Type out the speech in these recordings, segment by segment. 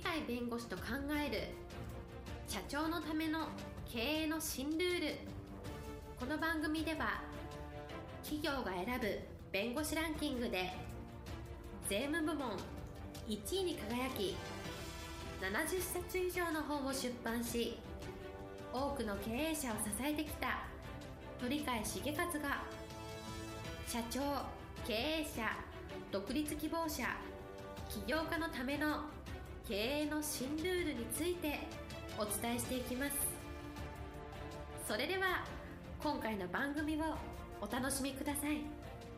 会弁護士と考える社長のための経営の新ルール。この番組では企業が選ぶ弁護士ランキングで税務部門1位に輝き、70冊以上の本を出版し、多くの経営者を支えてきた鳥飼茂勝が、社長、経営者、独立希望者、起業家のための経営の新ルールについてお伝えしていきます。それでは今回の番組をお楽しみください。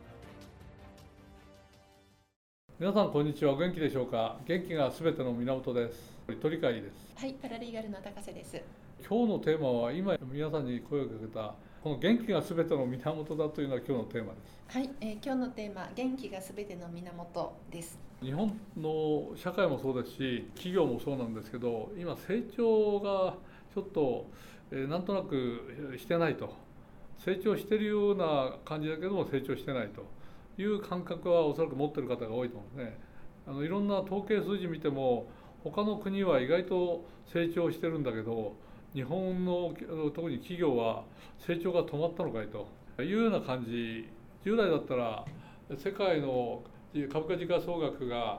皆さんこんにちは。お元気でしょうか。元気がすべての源です。鳥飼です。 はい、パラリーガルの高瀬です。 今日のテーマは、今皆さんに声をかけたこの元気がすべての源だというのが今日のテーマです。 はい、今日のテーマ、元気がすべての源です。 日本の社会もそうですし、企業もそうなんですけど、今成長がちょっと、なんとなくしてないと。成長しているような感じだけども成長してないという感覚はおそらく持っている方が多いと思うんですね。いろんな統計数字見ても、他の国は意外と成長してるんだけど、日本の特に企業は成長が止まったのかいというような感じ。従来だったら世界の株価時価総額が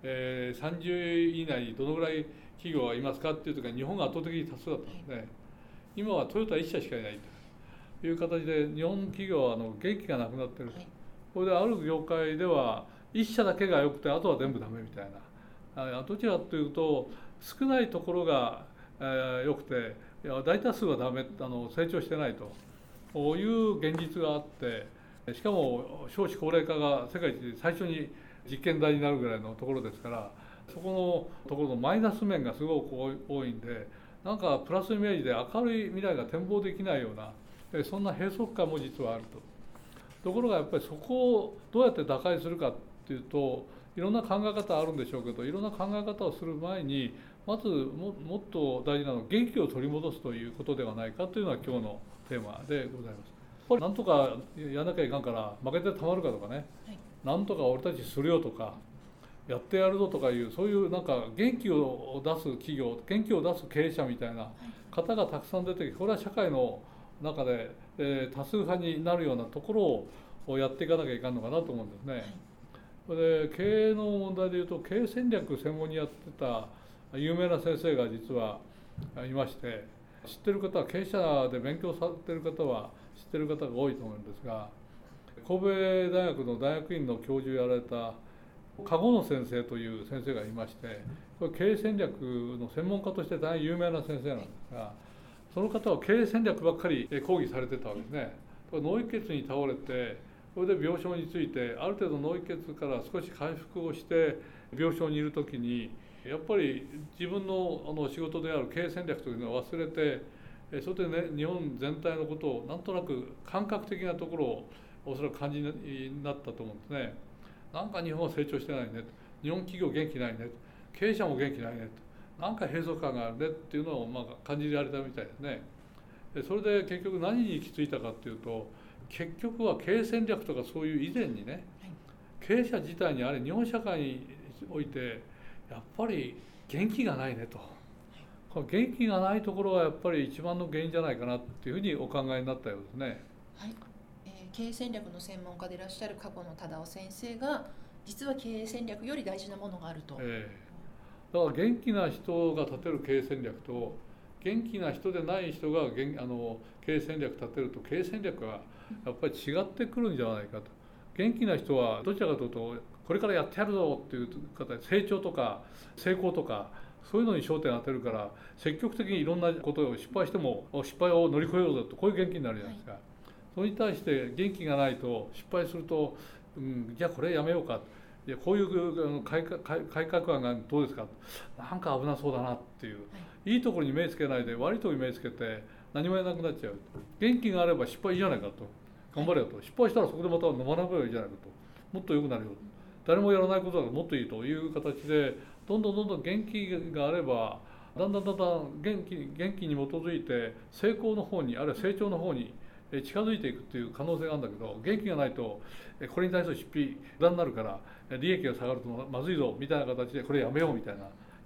30位以内にどのぐらい企業がいますかっていうときは日本が圧倒的に多数だったんですね。今はトヨタ1社しかいないという形で日本企業は元気がなくなっていると。これである業界では1社だけが良くてあとは全部ダメみたいな。どちらかというと少ないところが良くて大多数はダメ、成長してないという現実があって、しかも少子高齢化が世界一で最初に実験台になるぐらいのところですから、そこのところのマイナス面がすごく多いんで、なんかプラスイメージで明るい未来が展望できないような、そんな閉塞感も実はあると。ところがやっぱりそこをどうやって打開するかっていうと、いろんな考え方あるんでしょうけど、いろんな考え方をする前にまず もっと大事なのは元気を取り戻すということではないかというのが今日のテーマでございます。やっぱりなんとかやらなきゃいかんから負けてたまるかとかね、なんとか俺たちするよとかやってやるぞとかいう、そういうなんか元気を出す企業、元気を出す経営者みたいな方がたくさん出てきて、これは社会の中で、多数派になるようなところをやっていかなきゃいかんのかなと思うんですね。それで経営の問題でいうと、経営戦略専門にやってた有名な先生が実はいまして、知ってる方は、経営者で勉強されてる方は知ってる方が多いと思うんですが、神戸大学の大学院の教授をやられた籠野先生という先生がいまして、これ経営戦略の専門家として大変有名な先生なんですが、その方は経営戦略ばっかり講義されてたわけですね。脳溢血に倒れて、それで病床についてある程度脳溢血から少し回復をして病床にいる時に、やっぱり自分の仕事である経営戦略というのを忘れて、それでね、日本全体のことをなんとなく感覚的なところをおそらく感じになったと思うんですね。なんか日本は成長してないねと、日本企業元気ないねと、経営者も元気ないねと、なんか閉塞感があるねっていうのを感じられたみたいですね。それで結局何に行き着いたかっていうと、結局は経営戦略とかそういう以前にね、経営者自体にあれ日本社会においてやっぱり元気がないねと。この元気がないところがやっぱり一番の原因じゃないかなっていうふうにお考えになったようですね。 はい、経営戦略の専門家でいらっしゃる籠野忠夫先生が、実は経営戦略より大事なものがあると。 だから元気な人が立てる経営戦略と、元気な人でない人が経営戦略立てると、経営戦略はやっぱり違ってくるんじゃないかと。元気な人はどちらかというと、これからやってやるぞっていう方で、成長とか成功とかそういうのに焦点を当てるから、積極的にいろんなことを失敗しても失敗を乗り越えようぞと、こういう元気になるじゃないですか。それに対して元気がないと、失敗すると、じゃあこれやめようか、いやこういう改革案がどうですか、なんか危なそうだなっていう、いいところに目つけないで悪いところに目つけて何もやらなくなっちゃう。元気があれば失敗いいじゃないかと、頑張れよと、失敗したらそこでまた学べばいいじゃないかと、もっと良くなるよ、誰もやらないことだからもっといいという形で、どんどん元気があればだんだん元気に基づいて成功の方に、あるいは成長の方に近づいていくっていう可能性があるんだけど、元気がないとこれに対する出費無駄になるから利益が下がるとまずいぞみたいな形でこれやめようみたいな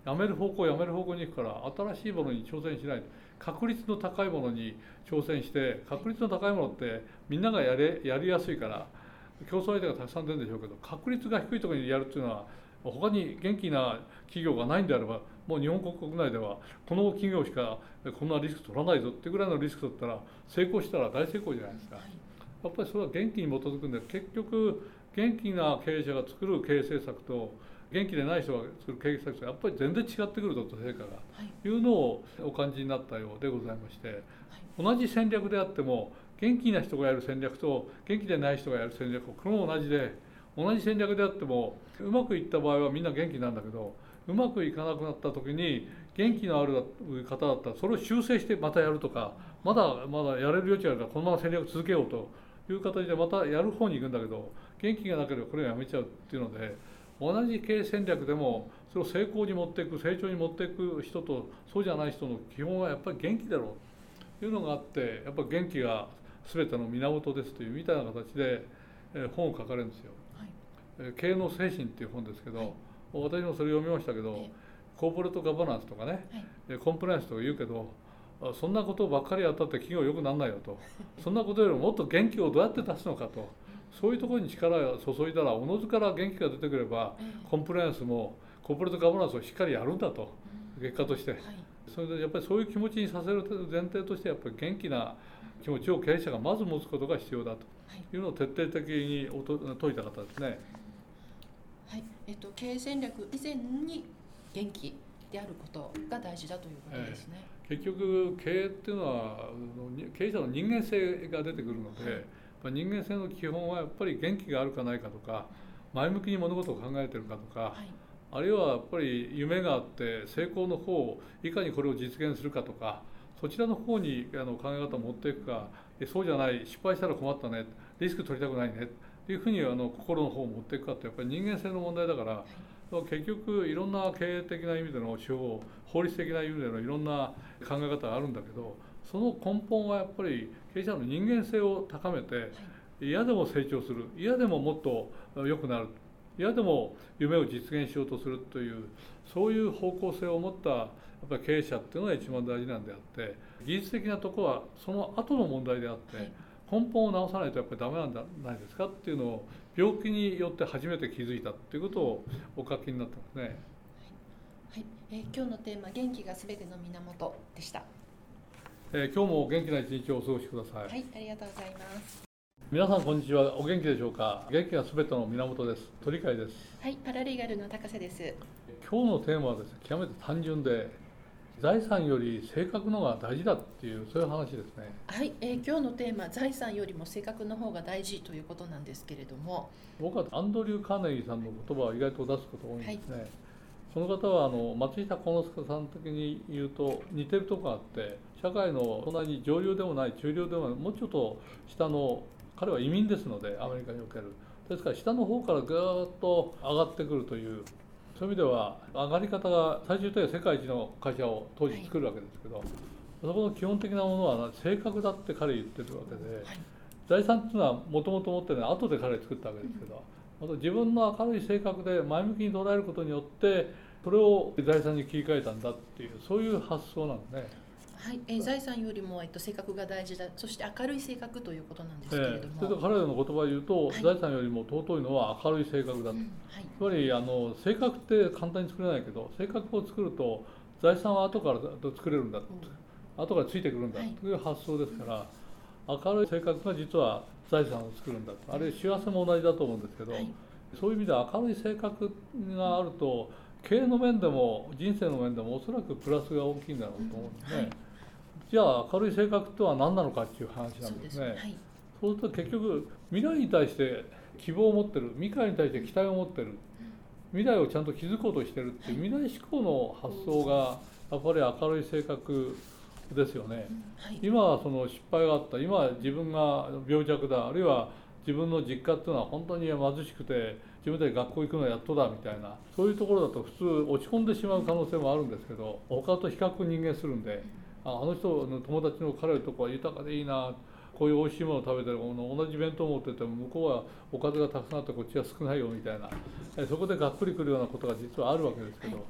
やめる方向に行くから新しいものに挑戦しない、確率の高いものに挑戦して、確率の高いものってみんながやりやすいから競争相手がたくさん出るんでしょうけど、確率が低いところにやるっていうのは他に元気な企業がないんであれば、もう日本国内ではこの企業しかこんなリスク取らないぞってぐらいのリスク取ったら成功したら大成功じゃないですか。やっぱりそれは元気に基づくんで、結局元気な経営者が作る経営政策と元気でない人が作る経営政策とやっぱり全然違ってくるぞと、成果が、いうのをお感じになったようでございまして、同じ戦略であっても元気な人がやる戦略と元気でない人がやる戦略、これも同じで、同じ戦略であってもうまくいった場合はみんな元気なんだけど、うまくいかなくなった時に元気のある方だったらそれを修正してまたやるとか、まだやれる余地があるからこのまま戦略続けようという形でまたやる方に行くんだけど、元気がなければこれをやめちゃうっていうので、同じ経営戦略でもそれを成功に持っていく、成長に持っていく人とそうじゃない人の基本はやっぱり元気だろうというのがあって、やっぱり元気が全ての源ですというみたいな形で本を書かれるんですよ。経営の精神っていう本ですけど、私もそれ読みましたけど、コーポレートガバナンスとかね、コンプライアンスとか言うけど、そんなことばっかりやったって企業良くならないよと、そんなことよりももっと元気をどうやって出すのかと、そういうところに力を注いだらおのずから元気が出てくれば、コンプライアンスもコーポレートガバナンスをしっかりやるんだと、結果として、それでやっぱりそういう気持ちにさせる前提として、やっぱり元気な気持ちを経営者がまず持つことが必要だというのを説徹底的に説いた方ですね。 経営戦略以前に元気であることが大事だということですね。 結局経営っていうのは経営者の人間性が出てくるので、人間性の基本はやっぱり元気があるかないかとか、前向きに物事を考えているかとか、あるいはやっぱり夢があって成功の方をいかにこれを実現するかとか、そちらの方に考え方を持っていくか、そうじゃない、失敗したら困ったね、リスク取りたくないねっていうふうに心の方を持っていくかって、やっぱり人間性の問題だから、結局いろんな経営的な意味での手法、法律的な意味でのいろんな考え方があるんだけど、その根本はやっぱり経営者の人間性を高めて、嫌でも成長する、嫌でももっと良くなる、嫌でも夢を実現しようとするという、そういう方向性を持ったやっぱり経営者っていうのが一番大事なんであって、技術的なところはその後の問題であって、根本を直さないとやっぱりダメなんじゃないですかっていうのを、病気によって初めて気づいたっていうことをお書きになってますね。 今日のテーマ、元気がすべての源でした。 今日も元気な一日をお過ごしください。 はい、ありがとうございます。 皆さんこんにちは。お元気でしょうか。元気がすべての源です。鳥飼です。 はい、パラリーガルの高瀬です。 今日のテーマはですね、極めて単純で、財産より性格の方が大事だっていう、そういう話ですね。 はい、今日のテーマ、財産よりも性格の方が大事ということなんですけれども、 僕はアンドリュー・カーネギーさんの言葉を意外と出すことが多いんですね。この方は松下幸之助さん的に言うと似てるところがあって、社会のそんなに上流でもない、中流でもない、もうちょっと下の、彼は移民ですので、アメリカにおける。ですから下の方からぐーっと上がってくるという、そういう意味では上がり方が最終的には世界一の会社を当時作るわけですけど、そこの基本的なものは性格だって彼言ってるわけで、財産っていうのはもともと持ってるのは後で彼作ったわけですけど、自分の明るい性格で前向きに捉えることによってそれを財産に切り替えたんだっていう、そういう発想なんですね。 はい、財産よりも、性格が大事だ、そして明るい性格ということなんですけれども、 それと彼らの言葉を言うと、財産よりも尊いのは明るい性格だと。つまり性格って簡単に作れないけど、性格を作ると財産は後から作れるんだ、後からついてくるんだという発想ですから、明るい性格が実は財産を作るんだと。あれ幸せも同じだと思うんですけど、そういう意味では明るい性格があると経営の面でも人生の面でもおそらくプラスが大きいんだろうと思うんですね。じゃあ明るい性格とは何なのかっていう話なんですね。そうすると結局未来に対して希望を持ってる、未来に対して期待を持ってる、未来をちゃんと築こうとしてるっていう未来志向の発想がやっぱり明るい性格ですよね。今はその失敗があった、今は自分が病弱だ、あるいは自分の実家っていうのは本当に貧しくて自分たち学校行くのやっとだみたいな、そういうところだと普通落ち込んでしまう可能性もあるんですけど、他と比較人間するんで、あの人の友達の彼のとこは豊かでいいな、こういう美味しいものを食べてる、同じ弁当を持ってても向こうはおかずがたくさんあってこっちは少ないよみたいな、そこでがっくりくるようなことが実はあるわけですけど、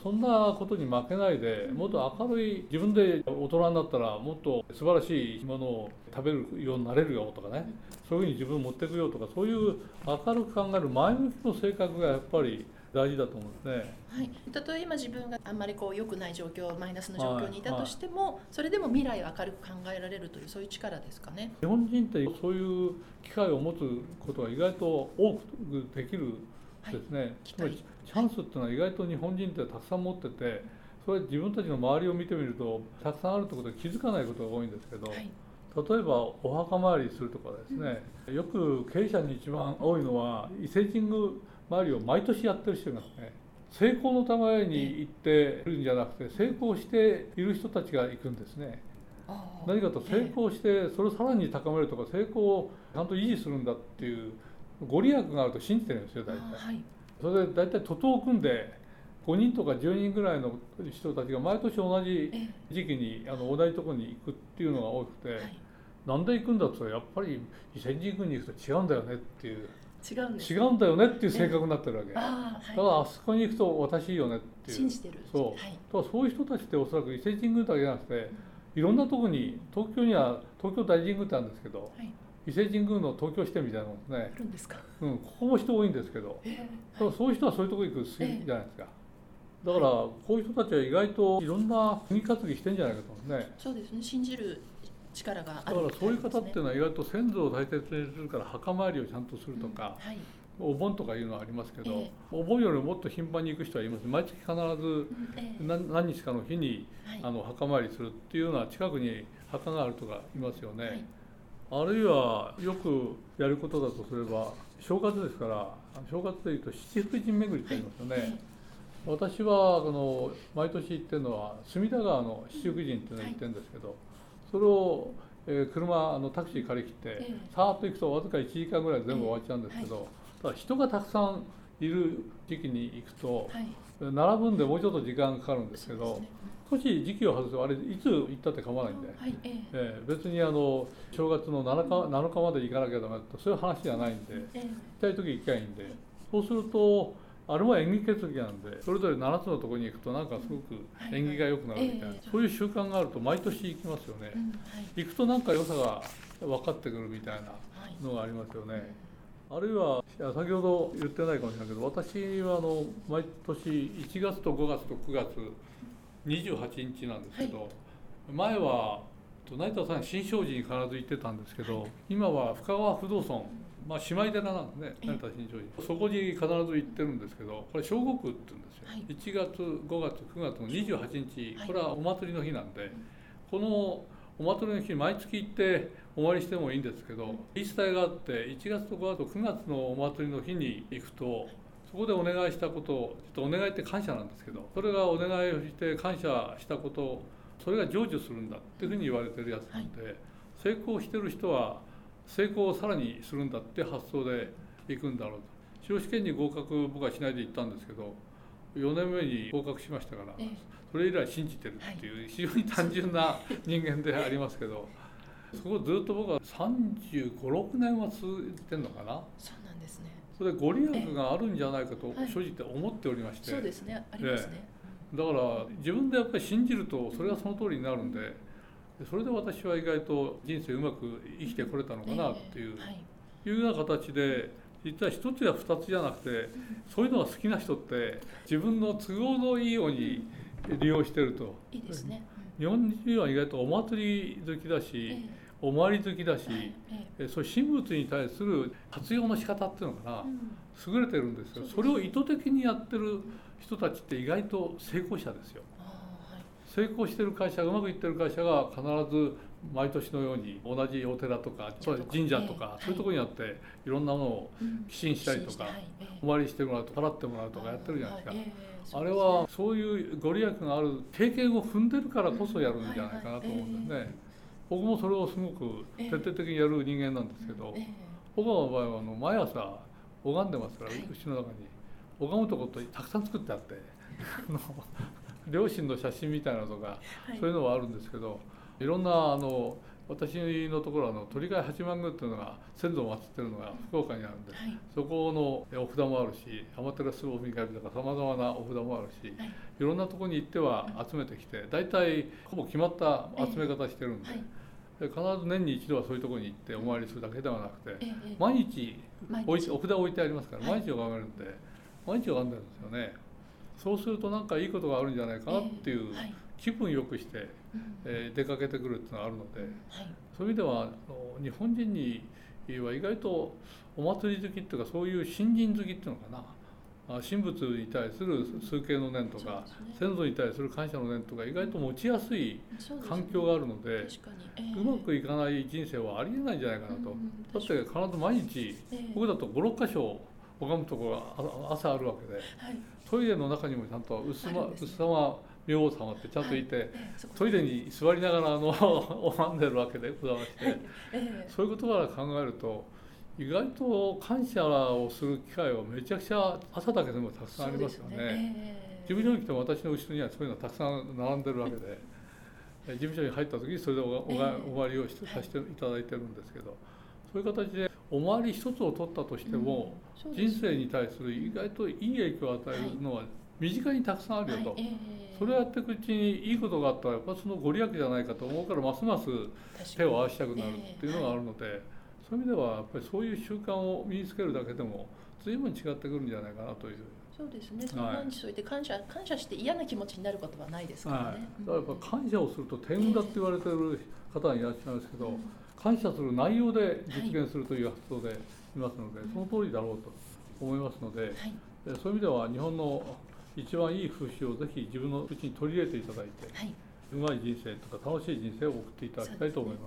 そんなことに負けないで、もっと明るい、自分で大人になったらもっと素晴らしいものを食べるようになれるよとかね、そういうふうに自分を持っていくよとか、そういう明るく考える前向きの性格がやっぱり大事だと思うんですね。 はい、たとえ今自分があんまり良くない状況、マイナスの状況にいたとしても、それでも未来を明るく考えられるという、そういう力ですかね。 日本人ってそういう機会を持つことが意外と多くできるですね。つまりチャンスっていうのは意外と日本人ってたくさん持ってて、それ自分たちの周りを見てみるとたくさんあるってことで気づかないことが多いんですけど、例えばお墓参りするとかですね、よく経営者に一番多いのは伊勢神宮参りを毎年やってる人がいますね。成功のために行ってるんじゃなくて、成功している人たちが行くんですね。何かと成功してそれをさらに高めるとか、成功をちゃんと維持するんだっていうご利益があると信じてるんですよ、大体。それで大体徒党を組んで5人とか10人ぐらいの人たちが毎年同じ時期に同じところに行くっていうのが多くて、なんで行くんだって言ったら、やっぱり伊勢神宮に行くと違うんだよねっていう、違うんだよねっていう性格になってるわけ。だからあそこに行くと私いいよねっていう、 信じてる。 だからそういう人たちっておそらく伊勢神宮だけじゃなくて、いろんなところに、東京には東京大神宮ってあるんですけど、伊勢神宮の東京支店みたいなものですね。ここも人多いんですけど、だからそういう人はそういうところ行く好きじゃないですか。だからこういう人たちは意外といろんな国担ぎしてんじゃないかと思うんですね。 そうですね、信じる力がある。 だからそういう方っていうのは意外と先祖を大切にするから墓参りをちゃんとするとか、お盆とかいうのはありますけど、お盆よりもっと頻繁に行く人はいます。毎月必ず何日かの日に墓参りするっていうような、近くに墓があるとかいますよね。あるいはよくやることだとすれば、正月ですから、正月でいうと七福神巡りってありますよね。私は毎年行ってるのは隅田川の七福神っていうのを行ってるんですけど、それをタクシー借り切ってさーっと行くとわずか1時間ぐらいで全部終わっちゃうんですけど、ただ人がたくさんいる時期に行くと並ぶんでもうちょっと時間かかるんですけど、少し時期を外すとあれいつ行ったって構わないんで、別に正月の7日まで行かなきゃダメとそういう話じゃないんで、行きたい時行きゃいいんで、そうするとあれも縁起決議なんで、それぞれ7つのところに行くとなんかすごく縁起が良くなるみたいな、そういう習慣があると毎年行きますよね。行くとなんか良さが分かってくるみたいなのがありますよね。あるいは先ほど言ってないかもしれないけど、私は毎年1月と5月と9月28日なんですけど、前は成田さん新勝寺に必ず行ってたんですけど、今は深川不動尊、姉妹寺なんですね、成田新勝寺、そこに必ず行ってるんですけど、これ正午宮って言うんですよ。1月5月9月の28日、これはお祭りの日なんで、このお祭りの日毎月行ってお参りしてもいいんですけど、言い伝えがあって、1月と5月と9月のお祭りの日に行くと、そこでお願いしたことを、ちょっとお願いって感謝なんですけど、それがお願いをして感謝したことを、それが成就するんだっていうふうに言われてるやつなんで、成功してる人は成功をさらにするんだって発想で行くんだろうと。司法試験に合格僕はしないで行ったんですけど、4年目に合格しましたから、それ以来信じてるっていう非常に単純な人間でありますけど、そこをずっと僕は35、6年は続いてるのかな。 そうなんですね。 それでご利益があるんじゃないかと正直思っておりまして、 そうですね、ありますね。 だから自分でやっぱり信じるとそれがその通りになるんで、それで私は意外と人生うまく生きてこれたのかなっていう、いうような形で、実は一つや二つじゃなくて、そういうのが好きな人って自分の都合のいいように利用してると。 いいですね。 日本人は意外とお祭り好きだし、お参り好きだし、そういう神仏に対する活用の仕方っていうのかな、優れてるんですよ。それを意図的にやってる人たちって意外と成功者ですよ。成功してる会社、うまくいってる会社が必ず毎年のように同じお寺とか神社とかそういうところにあっていろんなものを寄進したりとかお参りしてもらうとか払ってもらうとかやってるじゃないですか。あれはそういうご利益がある経験を踏んでるからこそやるんじゃないかなと思うんですね。僕もそれをすごく徹底的にやる人間なんですけど、僕の場合は毎朝拝んでますから、うちの中に拝むところとたくさん作ってあって両親の写真みたいなのとか、そういうのはあるんですけど、いろんな私のところは鳥飼八幡宮っていうのが先祖を祀ってるのが福岡にあるんで、 はいそこのお札もあるし、天照大神とかさまざまなお札もあるし、 はいいろんなところに行っては集めてきて、大体ほぼ決まった集め方してるんで、 はいで必ず年に一度はそういうところに行ってお参りするだけではなくて、 え毎日お札置いてありますから、 はい毎日拝めるんで、毎日拝んでるんですよね。そうするとなんかいいことがあるんじゃないかなっていうはい気分よくして、 うん出かけてくるっていうのがあるので、 はいそういう意味では日本人には意外とお祭り好きっていうか、そういう信心好きっていうのかな、神仏に対する崇敬の念とか、 そうですね先祖に対する感謝の念とか意外と持ちやすいそうですね環境があるので、 確かに、 うまくいかない人生はありえないんじゃないかなと。だって必ず毎日、僕だと5、6箇所拝むところが朝あるわけで、 はいトイレの中にもちゃんとうっすまあるんですね明王様ってちゃんといて、 そこトイレに座りながら拝んでるわけでございまして、そういうことから考えると意外と感謝をする機会はめちゃくちゃ朝だけでもたくさんありますよね。事務所に来ても私の後ろにはそういうのがたくさん並んでるわけで、事務所に入った時にそれでお参りをさせていただいてるんですけど、そういう形でお参り一つを取ったとしても、人生に対する意外といい影響を与えるのは身近にたくさんあるよと。それをやっていくうちにいいことがあったらやっぱそのご利益じゃないかと思うから、ますます手を合わせたくなるっていうのがあるので、そういう意味ではやっぱりそういう習慣を身につけるだけでも随分違ってくるんじゃないかなという。 そうですね。その毎日そうやって感謝して嫌な気持ちになることはないですからね。 だからやっぱ感謝をすると天運だって言われてる方がいらっしゃるんですけど、感謝する内容で実現するという発想でいますので、その通りだろうと思いますので、そういう意味では日本の一番いい風習をぜひ自分のうちに取り入れていただいて、うまい人生とか楽しい人生を送っていただきたいと思います。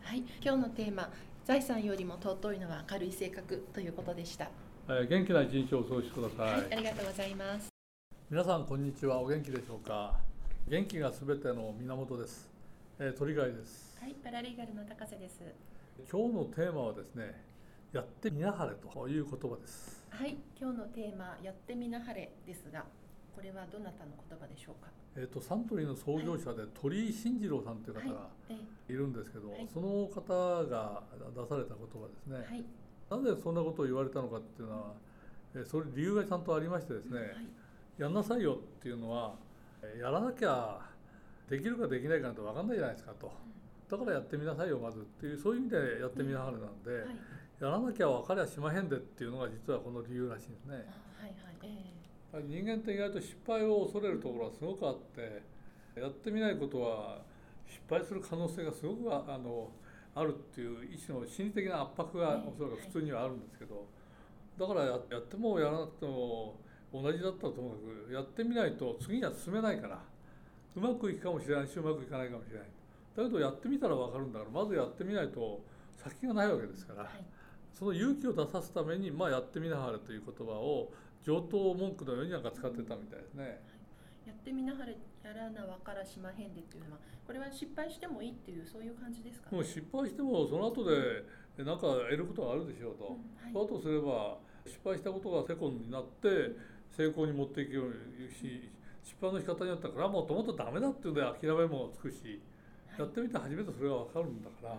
はい、今日のテーマ、財産よりも尊いのは明るい性格ということでした。 元気な一日をお過ごしください。 はい、ありがとうございます。 皆さんこんにちは。お元気でしょうか。元気がすべての源です。鳥飼です。 はい、パラリーガルの高瀬です。 今日のテーマはですね、やってみなはれという言葉です。 はい、今日のテーマ、やってみなはれですが、これはどなたの言葉でしょうか。 サントリーの創業者で鳥居慎次郎さんという方がいるんですけど、その方が出された言葉ですね。なぜそんなことを言われたのかっていうのは、それ理由がちゃんとありましてですね、やんなさいよっていうのは、やらなきゃできるかできないかなんて分かんないじゃないですかと。だからやってみなさいよまずっていう、そういう意味でやってみなはれなんで、やらなきゃ分かりゃしまへんでっていうのが実はこの理由らしいんですね。人間って意外と失敗を恐れるところはすごくあって、やってみないことは失敗する可能性がすごくあるっていう一種の心理的な圧迫がおそらく普通にはあるんですけど、だからやってもやらなくても同じだったらともかくやってみないと次には進めないから、うまくいくかもしれないしうまくいかないかもしれない。だけどやってみたら分かるんだから、まずやってみないと先がないわけですから、その勇気を出さすために、やってみなはれという言葉を上等文句のようになんか使ってたみたいですね。 やってみなはれ、やらなわからしまへんでっていうのは、これは失敗してもいいっていうそういう感じですか、 もう失敗してもその後で何か得ることがあるでしょうと。だとすれば失敗したことがセコンドになって成功に持っていくようにし、失敗の仕方によってはこれはもっともっとダメだっていうんで諦めもつくし、やってみて初めてそれが分かるんだから、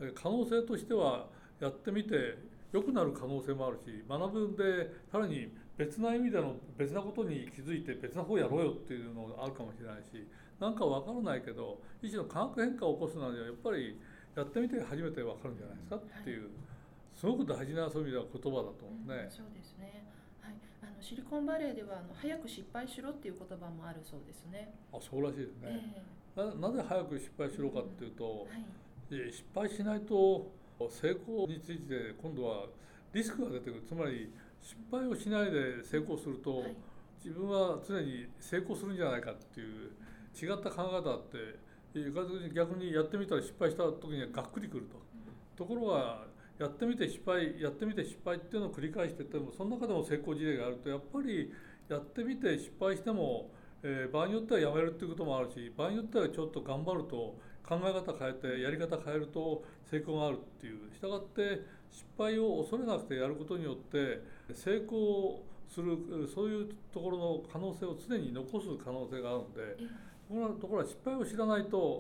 可能性としてはやってみて良くなる可能性もあるし、学ぶんでさらに別な意味での別なことに気づいて別な方やろうよっていうのがあるかもしれないし、なんか分からないけど一種の化学変化を起こすのにはやっぱりやってみて初めて分かるんじゃないですかっていう、すごく大事なそういう意味では言葉だと思うね。 そうですね。はい、シリコンバレーでは早く失敗しろっていう言葉もあるそうですね。 そうらしいですね。なぜ早く失敗しろかっていうと、失敗しないと成功について今度はリスクが出てくる。つまり失敗をしないで成功すると、自分は常に成功するんじゃないかっていう違った考え方って逆にやってみたら失敗した時にはがっくりくると。ところがやってみて失敗っていうのを繰り返していっても、その中でも成功事例があると、やっぱりやってみて失敗しても、場合によってはやめるっていうこともあるし、場合によってはちょっと頑張ると考え方変えてやり方変えると成功があるっていう。したがって失敗を恐れなくてやることによって成功する、そういうところの可能性を常に残す可能性があるので、ところが失敗を知らないと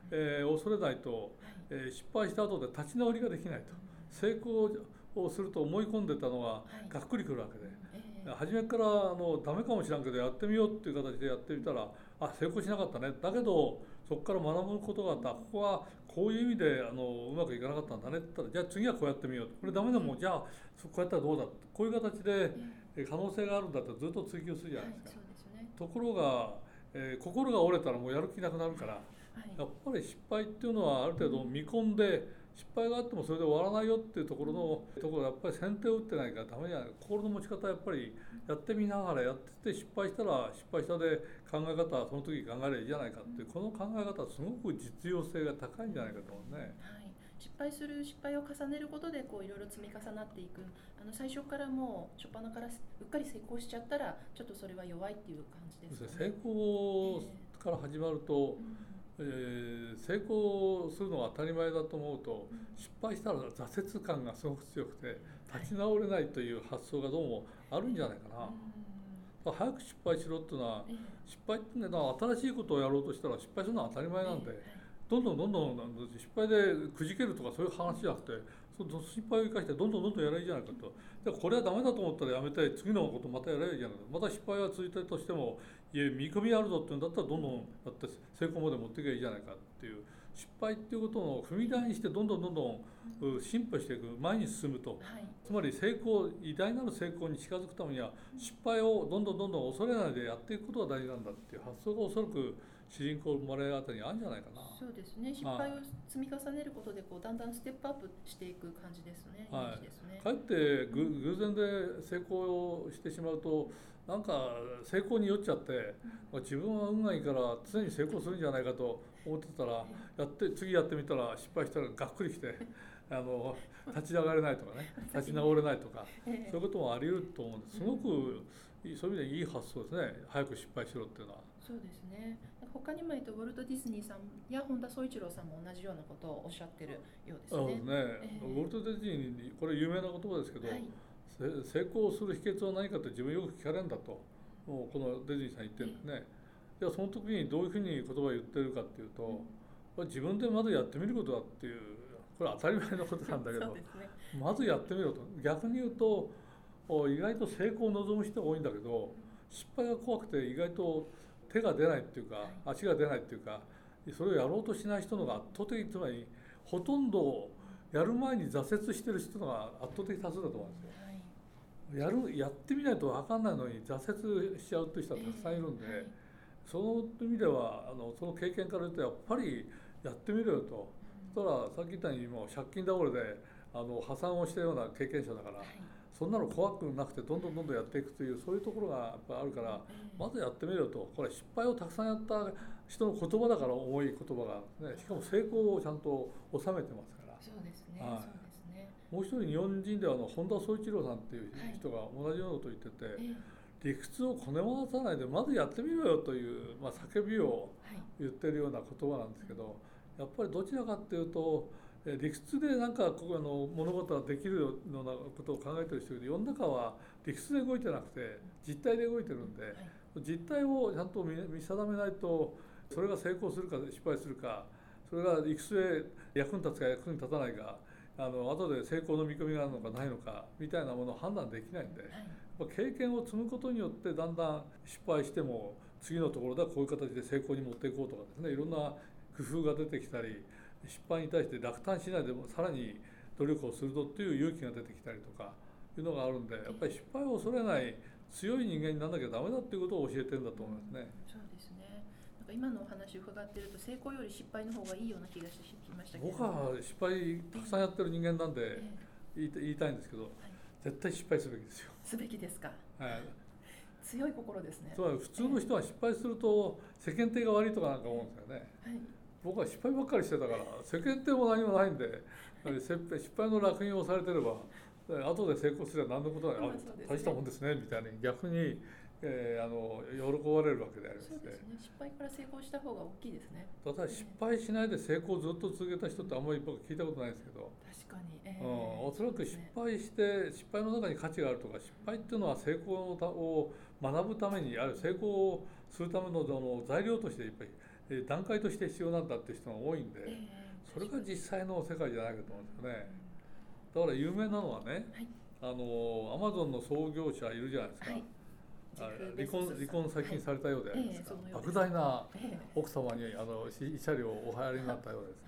恐れないと、失敗した後で立ち直りができないと。成功をすると思い込んでたのががっくりくるわけで、初めからダメかもしれんけどやってみようっていう形でやってみたら、成功しなかったね、だけどそこから学ぶことがあった、ここはこういう意味でうまくいかなかったんだねって言ったら、じゃあ次はこうやってみようと、これダメでもじゃあこうやったらどうだ、こういう形で可能性があるんだってずっと追求するじゃないですか。ところが、心が折れたらもうやる気なくなるから、やっぱり失敗っていうのはある程度見込んで、失敗があってもそれで終わらないよっていうところやっぱり先手を打ってないからダメじゃない。心の持ち方はやっぱりやってみながらやってて、失敗したら失敗したで考え方はその時考えればいいじゃないかっていう、この考え方はすごく実用性が高いんじゃないかと思うね。 失敗を重ねることでいろいろ積み重なっていく。最初からもう初っ端からうっかり成功しちゃったらちょっとそれは弱いっていう感じですかね。 成功から始まると、成功するのが当たり前だと思うと、失敗したら挫折感がすごく強くて立ち直れないという発想がどうもあるんじゃないかな。早く失敗しろっていうのは、失敗っていうのは新しいことをやろうとしたら失敗するのは当たり前なんで、どんどん失敗でくじけるとかそういう話じゃなくて、その失敗を生かしてどんどんやればいいじゃないかと。でこれはダメだと思ったらやめて次のことまたやればいいじゃないか。また失敗が続いたとしても、いや見込みあるぞっていうんだったらどんどんやって成功まで持っていけばいいじゃないかっていう、失敗っていうことを踏み台にしてどんどん進歩していく、前に進むと、つまり偉大なる成功に近づくためには失敗をどんどん恐れないでやっていくことが大事なんだっていう発想がおそらく主人公生まれるあたりにあるんじゃないかな。 そうですね。失敗を積み重ねることでだんだんステップアップしていく感じですね。 かえって偶然で成功してしまうと、なんか成功に酔っちゃって、自分は運がいいから常に成功するんじゃないかと思ってたら、次やってみたら失敗したらがっくりきて立ち上がれないとかね、立ち直れないとか、そういうこともあり得ると思うんです。すごくそういう意味でいい発想ですね。早く失敗しろっていうのは。 そうですね。他にもウォルト・ディズニーさんや本田宗一郎さんも同じようなことをおっしゃってるようですね。 そうですね。ウォルト・ディズニー、これ有名な言葉ですけど、成功する秘訣は何かって自分よく聞かれるんだと、もうこのディズニーさん言ってるんですね。いやその時にどういうふうに言葉を言ってるかっていうと、自分でまずやってみることだっていう、これ当たり前のことなんだけど、まずやってみろと。逆に言うと意外と成功を望む人が多いんだけど、失敗が怖くて意外と手が出ないっていうか、足が出ないっていうか、それをやろうとしない人のが圧倒的、つまりほとんどやる前に挫折してる人のが圧倒的多数だと思うんですよ。やってみないと分かんないのに挫折しちゃうっていう人はたくさんいるんで、その意味ではその経験から言うとやっぱりやってみろよと。そしたらさっき言ったようにもう借金倒れで破産をしたような経験者だから、そんなの怖くなくてどんどんやっていくという、そういうところがやっぱあるから、まずやってみろよと。これ失敗をたくさんやった人の言葉だから、重い言葉がね、しかも成功をちゃんと収めてますから。 そうですね。 もう一人日本人では本田宗一郎さんっていう人が同じようなことを言ってて、理屈をこね回さないでまずやってみろよという、叫びを言ってるような言葉なんですけど、やっぱりどちらかっていうと理屈でなんか物事ができるようなことを考えてる人で、世の中は理屈で動いてなくて実態で動いてるんで、実態をちゃんと見定めないと、それが成功するか失敗するか、それが理屈で役に立つか役に立たないか、後で成功の見込みがあるのかないのかみたいなものを判断できないんで、経験を積むことによってだんだん失敗しても次のところではこういう形で成功に持っていこうとかですね、いろんな工夫が出てきたり、失敗に対して落胆しないでもさらに努力をするぞっていう勇気が出てきたりとかいうのがあるんで、やっぱり失敗を恐れない強い人間にならなきゃダメだっていうことを教えてるんだと思いますね。 そうですね。今のお話を伺っていると成功より失敗の方がいいような気がしてきましたけど、 僕は失敗たくさんやってる人間なんで言いたいんですけど、絶対失敗すべきですよ。 すべきですか。 はい、 強い心ですね。 つまり普通の人は失敗すると世間体が悪いとかなんか思うんですよね。僕は失敗ばっかりしてたから世間体も何もないんで、失敗の烙印をされてれば後で成功すれば何のことない、大したもんですねみたいに逆に喜ばれるわけでありまして、 そうですね。失敗から成功した方が大きいですね。 ただ失敗しないで成功をずっと続けた人ってあんまり僕聞いたことないんですけど、 確かに、 おそらく失敗して失敗の中に価値があるとか、失敗っていうのは成功を学ぶために、あるいは成功するための材料としてやっぱり段階として必要なんだっていう人が多いんで、それが実際の世界じゃないかと思うんですよね。だから有名なのはね、アマゾンの創業者いるじゃないですか、離婚最近されたようで、莫大な奥様に慰謝料をお払いになったようです。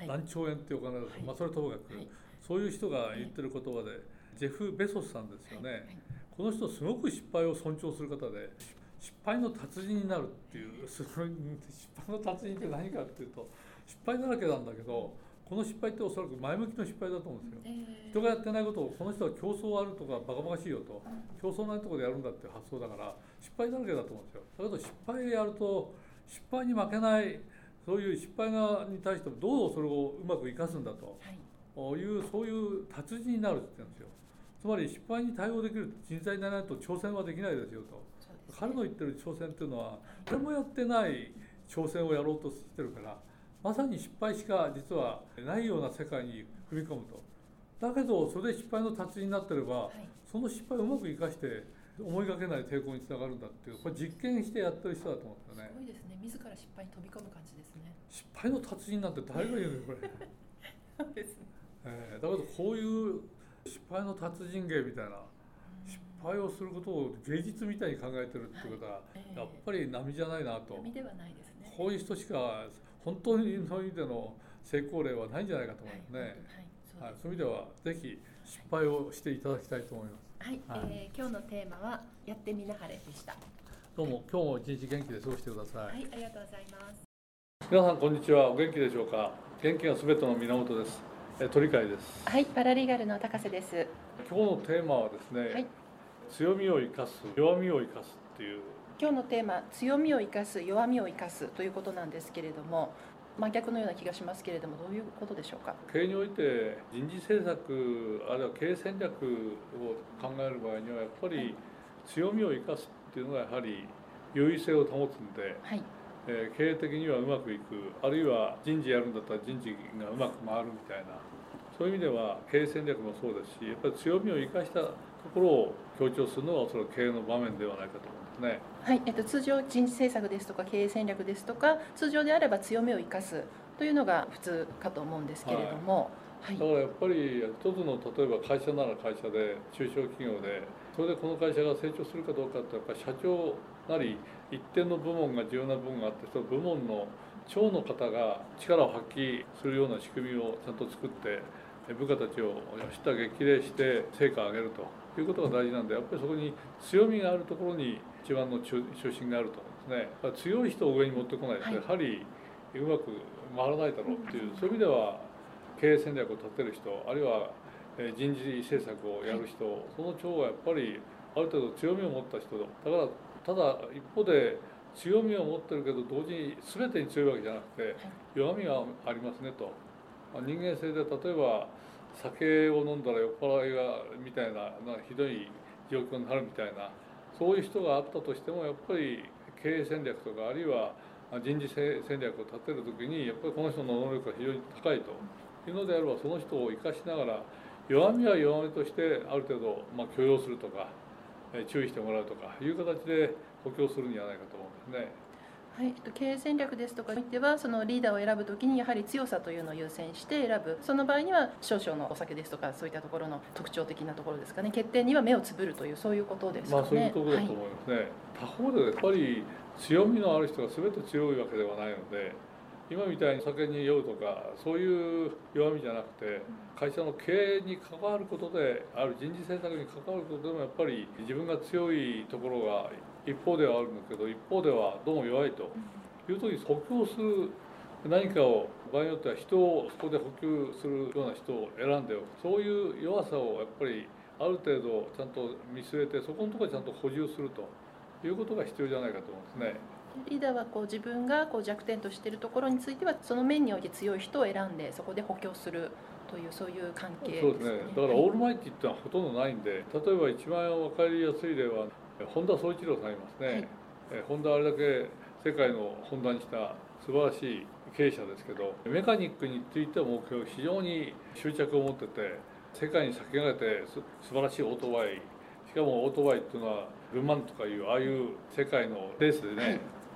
何兆円っていうお金です、それともかく、そういう人が言ってる言葉で、ジェフ・ベソスさんですよね、この人すごく失敗を尊重する方で、失敗の達人になるっていう、失敗の達人って何かっていうと、失敗だらけなんだけど、この失敗っておそらく前向きの失敗だと思うんですよ。人がやってないことをこの人は競争あるとかバカバカしいよと、競争ないところでやるんだっていう発想だから失敗だらけだと思うんですよ。だけど失敗やると失敗に負けない、そういう失敗に対してもどうそれをうまく生かすんだという、そういう達人になるって言うんですよ。つまり失敗に対応できる人材でないと挑戦はできないですよと。彼の言ってる挑戦っていうのは誰もやってない挑戦をやろうとしてるから、まさに失敗しか実はないような世界に踏み込むと。だけどそれで失敗の達人になってれば、その失敗をうまく生かして思いがけない成功につながるんだっていう、これ実験してやってる人だと思うんですよね。 すごいですね。自ら失敗に飛び込む感じですね。 失敗の達人なんて誰が言うのよこれ。 そうですね。 だけどこういう失敗の達人芸みたいな、失敗をすることを芸術みたいに考えてるってことは、やっぱり並じゃないなと。 並ではないですね。 こういう人しか本当にそういう意味での成功例はないんじゃないかと思いますね。そういう意味ではぜひ失敗をしていただきたいと思います。 今日のテーマはやってみなはれでした。 どうも今日も一日元気で過ごしてください。 ありがとうございます。 皆さんこんにちは。お元気でしょうか。元気がすべての源です。鳥飼です。 パラリーガルの高瀬です。 今日のテーマはですね、強みを生かす、弱みを生かすっていう。 今日のテーマ、強みを生かす、弱みを生かすということなんですけれども、真逆のような気がしますけれども、どういうことでしょうか。 経営において人事政策あるいは経営戦略を考える場合にはやっぱり強みを生かすっていうのがやはり優位性を保つんで、経営的にはうまくいく、あるいは人事やるんだったら人事がうまく回るみたいな、そういう意味では経営戦略もそうですし、やっぱり強みを生かしたところを強調するのはおそらく経営の場面ではないかと思うんですね。 通常人事政策ですとか経営戦略ですとか、通常であれば強みを生かすというのが普通かと思うんですけれども、 だからやっぱり一つの例えば会社なら会社で中小企業で、それでこの会社が成長するかどうかってやっぱり社長なり一定の部門が重要な部門があって、その部門の長の方が力を発揮するような仕組みをちゃんと作って部下たちを叱咤激励して成果を上げるということが大事なんで、やっぱりそこに強みがあるところに一番の中心があると思うんですね。強い人を上に持ってこないとやはりうまく回らないだろうっていう、そういう意味では経営戦略を立てる人、あるいは人事政策をやる人、その長はやっぱりある程度強みを持った人だから、ただ一方で強みを持ってるけど同時に全てに強いわけじゃなくて弱みがありますねと。人間性で例えば酒を飲んだら酔っ払いがみたいなひどい状況になるみたいな、そういう人があったとしてもやっぱり経営戦略とかあるいは人事戦略を立てるときにやっぱりこの人の能力が非常に高いというのであれば、その人を生かしながら弱みは弱みとしてある程度許容するとか注意してもらうとかいう形で補強するんじゃないかと思うんですね。 経営戦略ですとかにおいては、そのリーダーを選ぶときにやはり強さというのを優先して選ぶ、その場合には少々のお酒ですとかそういったところの特徴的なところですかね、決定には目をつぶるという、そういうことですかね。 そういうところだと思いますね。他方でやっぱり強みのある人が全て強いわけではないので、今みたいに酒に酔うとかそういう弱みじゃなくて、会社の経営に関わることである、人事政策に関わることでもやっぱり自分が強いところが一方ではあるんだけど、一方ではどうも弱いという時に補強する何かを、場合によっては人をそこで補給するような人を選んでおく、そういう弱さをやっぱりある程度ちゃんと見据えて、そこのところでちゃんと補充するということが必要じゃないかと思うんですね。 リーダーは自分が弱点としているところについてはその面において強い人を選んでそこで補強するという、そういう関係ですね。 そうですね。だからオールマイティっていうのはほとんどないんで、例えば一番分かりやすい例は本田宗一郎さんいますね。本田あれだけ世界の本田にした素晴らしい経営者ですけど、メカニックについてはもう非常に執着を持ってて、世界に先駆けて素晴らしいオートバイ、しかもオートバイっていうのはル・マンとかいうああいう世界のレースでね、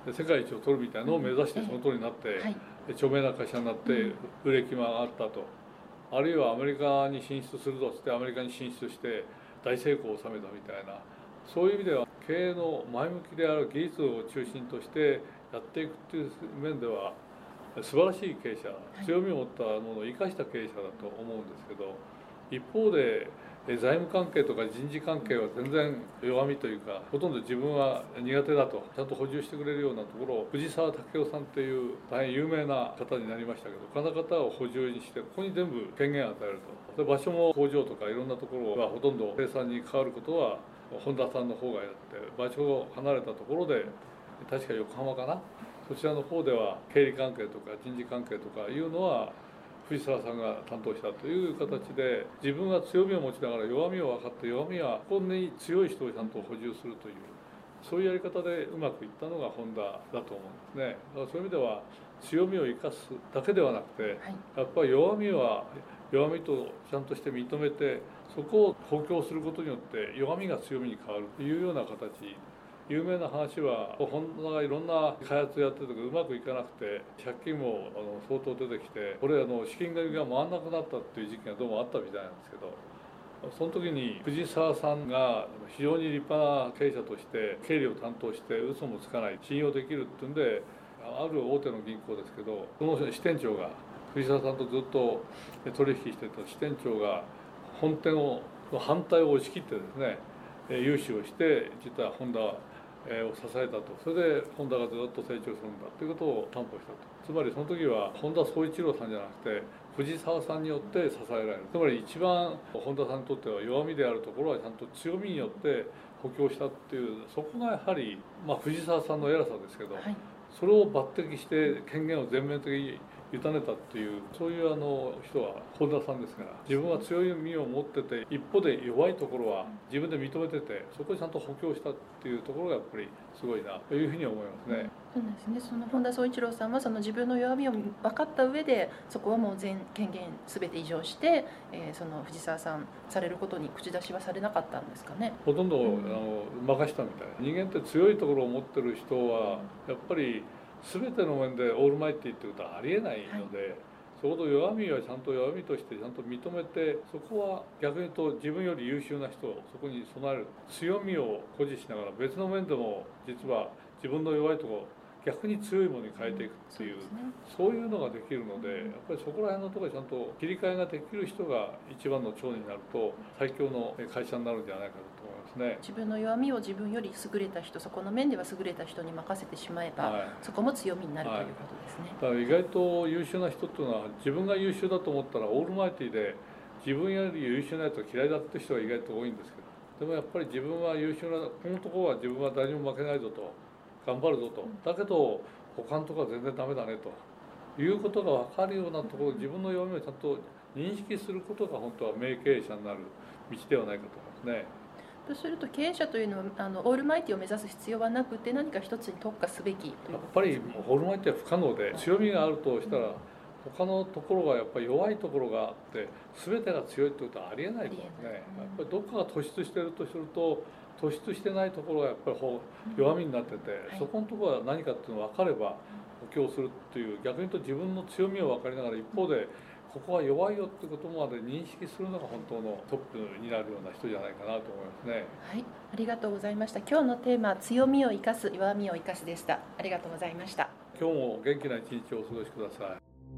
世界一を取るみたいなのを目指してその通りになって、著名な会社になって売れ行きも上がったと、あるいはアメリカに進出するぞってアメリカに進出して大成功を収めたみたいな、そういう意味では経営の前向きである技術を中心としてやっていくっていう面では素晴らしい経営者、強みを持ったものを生かした経営者だと思うんですけど、一方で財務関係とか人事関係は全然弱みというか、ほとんど自分は苦手だとちゃんと補充してくれるようなところを藤沢武雄さんっていう大変有名な方になりましたけど、この方を補充にしてここに全部権限を与えると。で場所も工場とかいろんなところがほとんど生産に変わることは本田さんの方がやって、場所を離れたところで確か横浜かな、そちらの方では経理関係とか人事関係とかいうのは藤沢さんが担当したという形で、自分が強みを持ちながら弱みを分かって、弱みはここに強い人をちゃんと補充するという、そういうやり方でうまくいったのがホンダだと思うんですね。だからそういう意味では強みを生かすだけではなくて、やっぱり弱みは弱みとちゃんとして認めて、そこを補強することによって弱みが強みに変わるというような形。有名な話は、ホンダがいろんな開発やってるとかうまくいかなくて借金も相当出てきて、これ資金繰りが回らなくなったっていう時期がどうもあったみたいなんですけど、その時に藤沢さんが非常に立派な経営者として経理を担当して嘘もつかない信用できるっていうんで、ある大手の銀行ですけど、その支店長が藤沢さんとずっと取引してた支店長が本店の反対を押し切ってですね、融資をして実はホンダを支えたと。それでホンダがずっと成長するんだということを担保したと。つまりその時は本田宗一郎さんじゃなくて藤沢さんによって支えられる。つまり一番本田さんにとっては弱みであるところはちゃんと強みによって補強したっていう、そこがやはり、藤沢さんの偉さですけど、それを抜擢して権限を全面的に委ねたっていう、そういう人は本田さんですから、自分は強い身を持ってて一方で弱いところは自分で認めてて、そこをちゃんと補強したっていうところがやっぱりすごいなというふうに思いますね。 そうですね。その本田宗一郎さんはその自分の弱みを分かった上で、そこはもう全権限全て移譲して、その藤沢さんされることに口出しはされなかったんですかね。 ほとんど、任したみたいな。人間って強いところを持ってる人はやっぱり全ての面でオールマイティっていうことはありえないので、そこと弱みはちゃんと弱みとしてちゃんと認めて、そこは逆に言うと自分より優秀な人をそこに備える、強みを誇示しながら別の面でも実は自分の弱いところ逆に強いものに変えていくっていう、そういうのができるので、やっぱりそこら辺のところでちゃんと切り替えができる人が一番の長になると最強の会社になるんじゃないかと思いますね。 自分の弱みを自分より優れた人、そこの面では優れた人に任せてしまえば、そこも強みになるということですね。 だから意外と優秀な人っていうのは、自分が優秀だと思ったらオールマイティで自分より優秀なやつは嫌いだって人が意外と多いんですけど、でもやっぱり自分は優秀な、このところは自分は誰にも負けないぞと、頑張るぞと、だけど他のところは全然ダメだねということが分かるようなところ、自分の弱みをちゃんと認識することが本当は名経営者になる道ではないかと思いますね。 とすると経営者というのはオールマイティを目指す必要はなくて、何か一つに特化すべきということですか。 やっぱりオールマイティは不可能で、強みがあるとしたら他のところがやっぱり弱いところがあって全てが強いということはありえないと思うんですね。やっぱりどっかが突出しているとすると、突出してないところがやっぱり弱みになってて、そこのところは何かっていうのが分かれば補強するっていう、逆に言うと自分の強みを分かりながら一方でここは弱いよってことまで認識するのが本当のトップになるような人じゃないかなと思いますね。 はい、ありがとうございました。今日のテーマは強みを生かす、弱みを生かすでした。ありがとうございました。 今日も元気な一日をお過ごしください。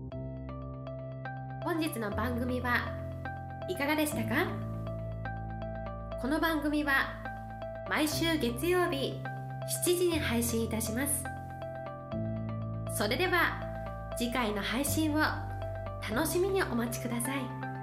本日の番組はいかがでしたか？この番組は毎週月曜日7時に配信いたします。それでは次回の配信を楽しみにお待ちください。